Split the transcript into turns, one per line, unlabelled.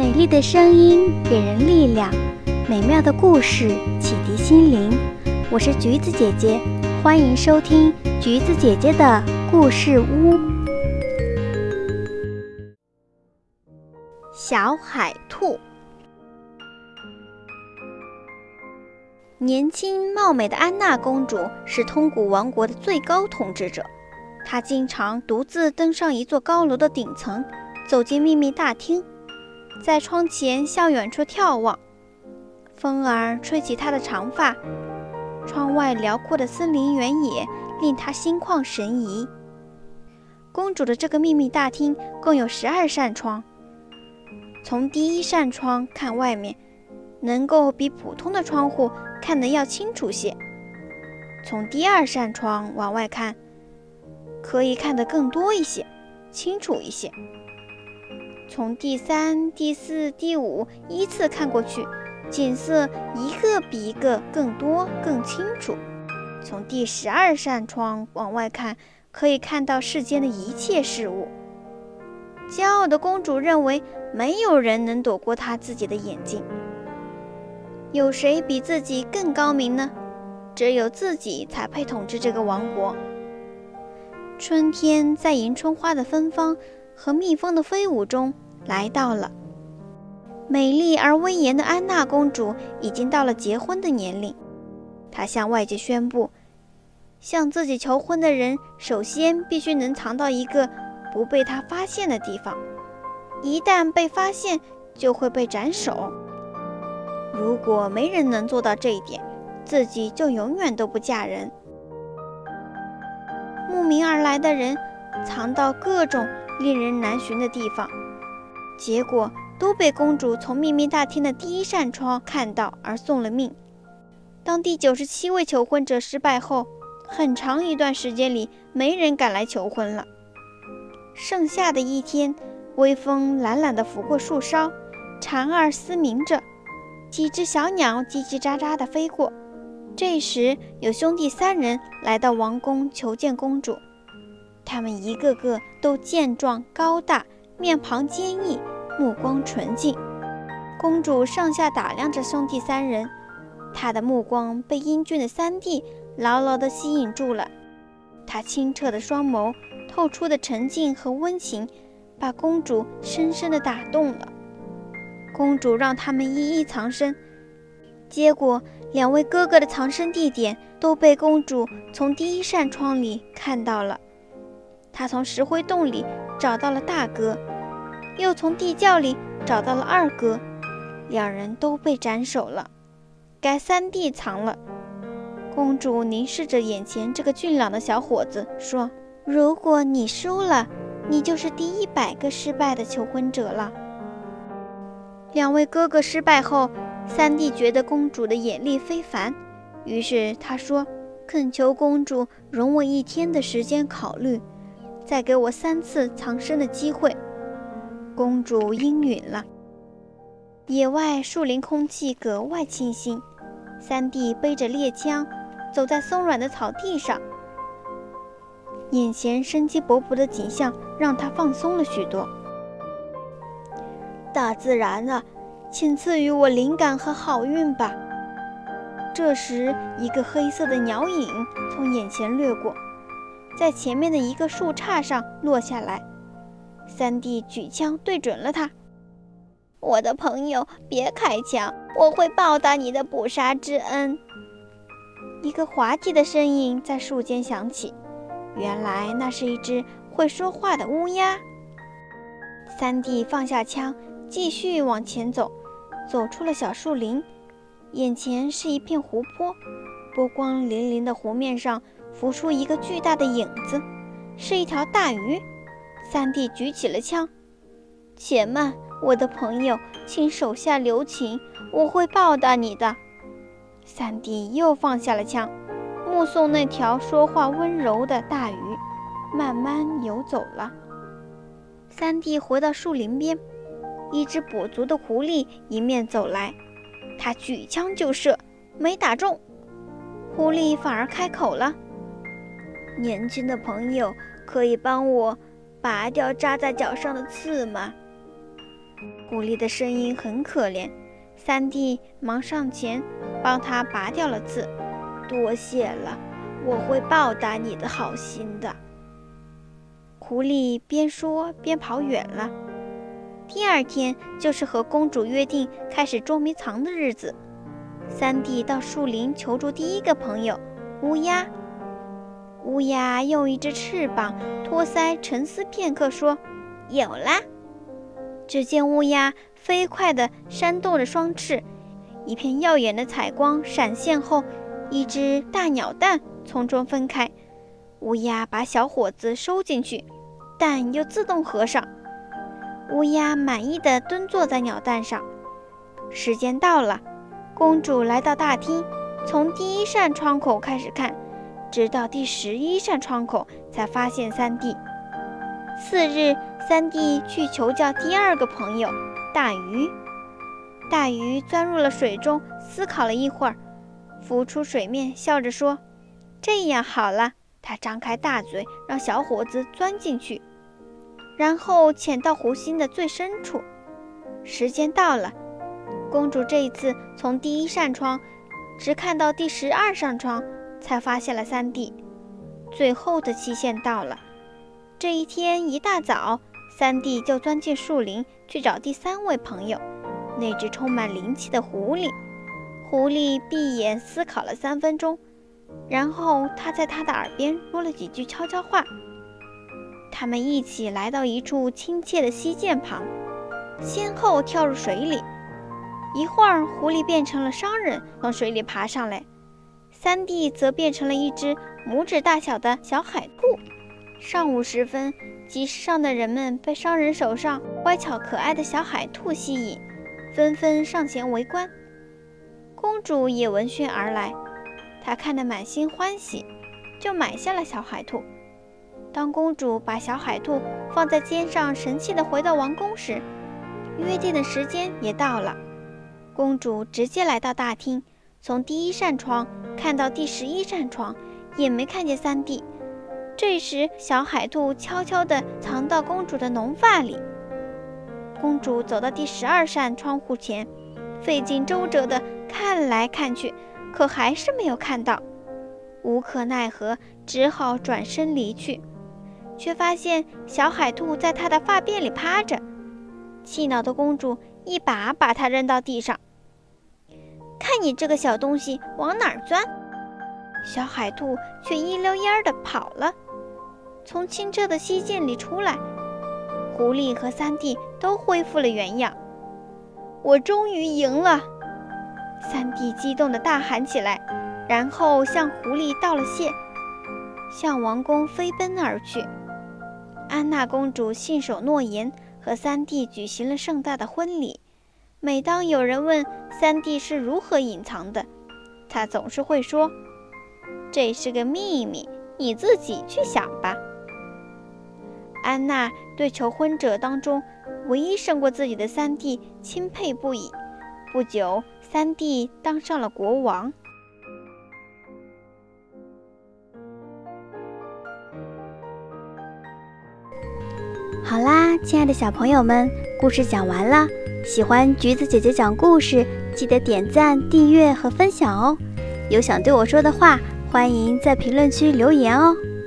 美丽的声音给人力量，美妙的故事启迪心灵。我是橘子姐姐，欢迎收听橘子姐姐的故事屋。小海兔。年轻貌美的安娜公主是通古王国的最高统治者，她经常独自登上一座高楼的顶层，走进秘密大厅，在窗前向远处眺望。风儿吹起她的长发，窗外辽阔的森林原野令她心旷神怡。公主的这个秘密大厅共有12扇窗，从第一扇窗看外面，能够比普通的窗户看得要清楚些。从第二扇窗往外看，可以看得更多一些，清楚一些。从第三、第四、第五依次看过去，景色一个比一个更多更清楚。从第12扇窗往外看，可以看到世间的一切事物。骄傲的公主认为没有人能躲过她自己的眼睛。有谁比自己更高明呢？只有自己才配统治这个王国。春天在迎春花的芬芳和蜜蜂的飞舞中来到了。美丽而威严的安娜公主已经到了结婚的年龄。她向外界宣布，向自己求婚的人首先必须能藏到一个不被她发现的地方，一旦被发现就会被斩首。如果没人能做到这一点，自己就永远都不嫁人。慕名而来的人藏到各种令人难寻的地方，结果都被公主从秘密大厅的第一扇窗看到而送了命。当第97位求婚者失败后，很长一段时间里没人敢来求婚了。盛夏的一天，微风懒懒地拂过树梢，蝉儿嘶鸣着，几只小鸟叽叽喳喳地飞过。这时有兄弟3人来到王宫求见公主，他们一个个都健壮高大，面庞坚毅，目光纯净。公主上下打量着兄弟3人，她的目光被英俊的3弟牢牢地吸引住了。她清澈的双眸透出的沉静和温情，把公主深深地打动了。公主让他们一一藏身，结果2位哥哥的藏身地点都被公主从第一扇窗里看到了。她从石灰洞里找到了大哥，又从地窖里找到了二哥，2人都被斩首了，该3弟藏了。公主凝视着眼前这个俊朗的小伙子说，如果你输了，你就是第100个失败的求婚者了。2位哥哥失败后，3弟觉得公主的眼力非凡，于是他说，恳求公主容我1天的时间考虑，再给我3次藏身的机会。公主应允了。野外树林空气格外清新，3弟背着猎枪走在松软的草地上，眼前生机勃勃的景象让他放松了许多。大自然啊，请赐予我灵感和好运吧。这时一个黑色的鸟影从眼前掠过，在前面的一个树杈上落下来。3弟举枪对准了他，我的朋友，别开枪，我会报答你的捕杀之恩。一个滑稽的声音在树间响起，原来那是一只会说话的乌鸦。3弟放下枪，继续往前走，走出了小树林，眼前是一片湖泊，波光粼粼的湖面上浮出一个巨大的影子，是一条大鱼。3弟举起了枪，且慢，我的朋友，请手下留情，我会报答你的。3弟又放下了枪，目送那条说话温柔的大鱼慢慢游走了。3弟回到树林边，一只跛足的狐狸迎面走来，他举枪就射，没打中。狐狸反而开口了，年轻的朋友，可以帮我拔掉扎在脚上的刺吗？ 狐狸的声音很可怜，三弟忙上前帮他拔掉了刺。多谢了，我会报答你的好心的。狐狸边说边跑远了。第二天就是和公主约定开始捉迷藏的日子。三弟到树林求助第一个朋友乌鸦。乌鸦用一只翅膀托腮，沉思片刻，说：有啦。只见乌鸦飞快地扇动着双翅，一片耀眼的彩光闪现后，一只大鸟蛋从中分开。乌鸦把小伙子收进去，蛋又自动合上。乌鸦满意地蹲坐在鸟蛋上。时间到了，公主来到大厅，从第一扇窗口开始看，直到第11扇窗口才发现三弟。次日，三弟去求教第二个朋友大鱼。大鱼钻入了水中，思考了一会儿，浮出水面，笑着说：这样好了。他张开大嘴，让小伙子钻进去，然后潜到湖心的最深处。时间到了，公主这一次从第一扇窗直看到第12扇窗，才发现了三弟。最后的期限到了。这一天一大早，三弟就钻进树林去找第3位朋友，那只充满灵气的狐狸。狐狸闭眼思考了3分钟，然后他在他的耳边说了几句悄悄话。他们一起来到一处亲切的溪涧旁，先后跳入水里。一会儿，狐狸变成了商人，从水里爬上来，三弟则变成了一只拇指大小的小海兔。上午时分，集市上的人们被商人手上乖巧可爱的小海兔吸引，纷纷上前围观。公主也闻讯而来，她看得满心欢喜，就买下了小海兔。当公主把小海兔放在肩上，神气地回到王宫时，约定的时间也到了。公主直接来到大厅，从第1扇窗看到第11扇窗，也没看见三弟。这时，小海兔悄悄地藏到公主的浓发里。公主走到第12扇窗户前，费尽周折地看来看去，可还是没有看到。无可奈何，只好转身离去，却发现小海兔在她的发辫里趴着。气恼的公主一把把它扔到地上。看你这个小东西往哪儿钻！小海兔却一溜烟地跑了，从清澈的溪涧里出来。狐狸和三弟都恢复了原样。我终于赢了！三弟激动地大喊起来，然后向狐狸道了谢，向王宫飞奔而去。安娜公主信守诺言，和三弟举行了盛大的婚礼。每当有人问三弟是如何隐藏的，他总是会说：这是个秘密，你自己去想吧。安娜对求婚者当中唯一胜过自己的三弟钦佩不已。不久，三弟当上了国王。好啦，亲爱的小朋友们，故事讲完了。喜欢橘子姐姐讲故事，记得点赞、订阅和分享哦。有想对我说的话，欢迎在评论区留言哦。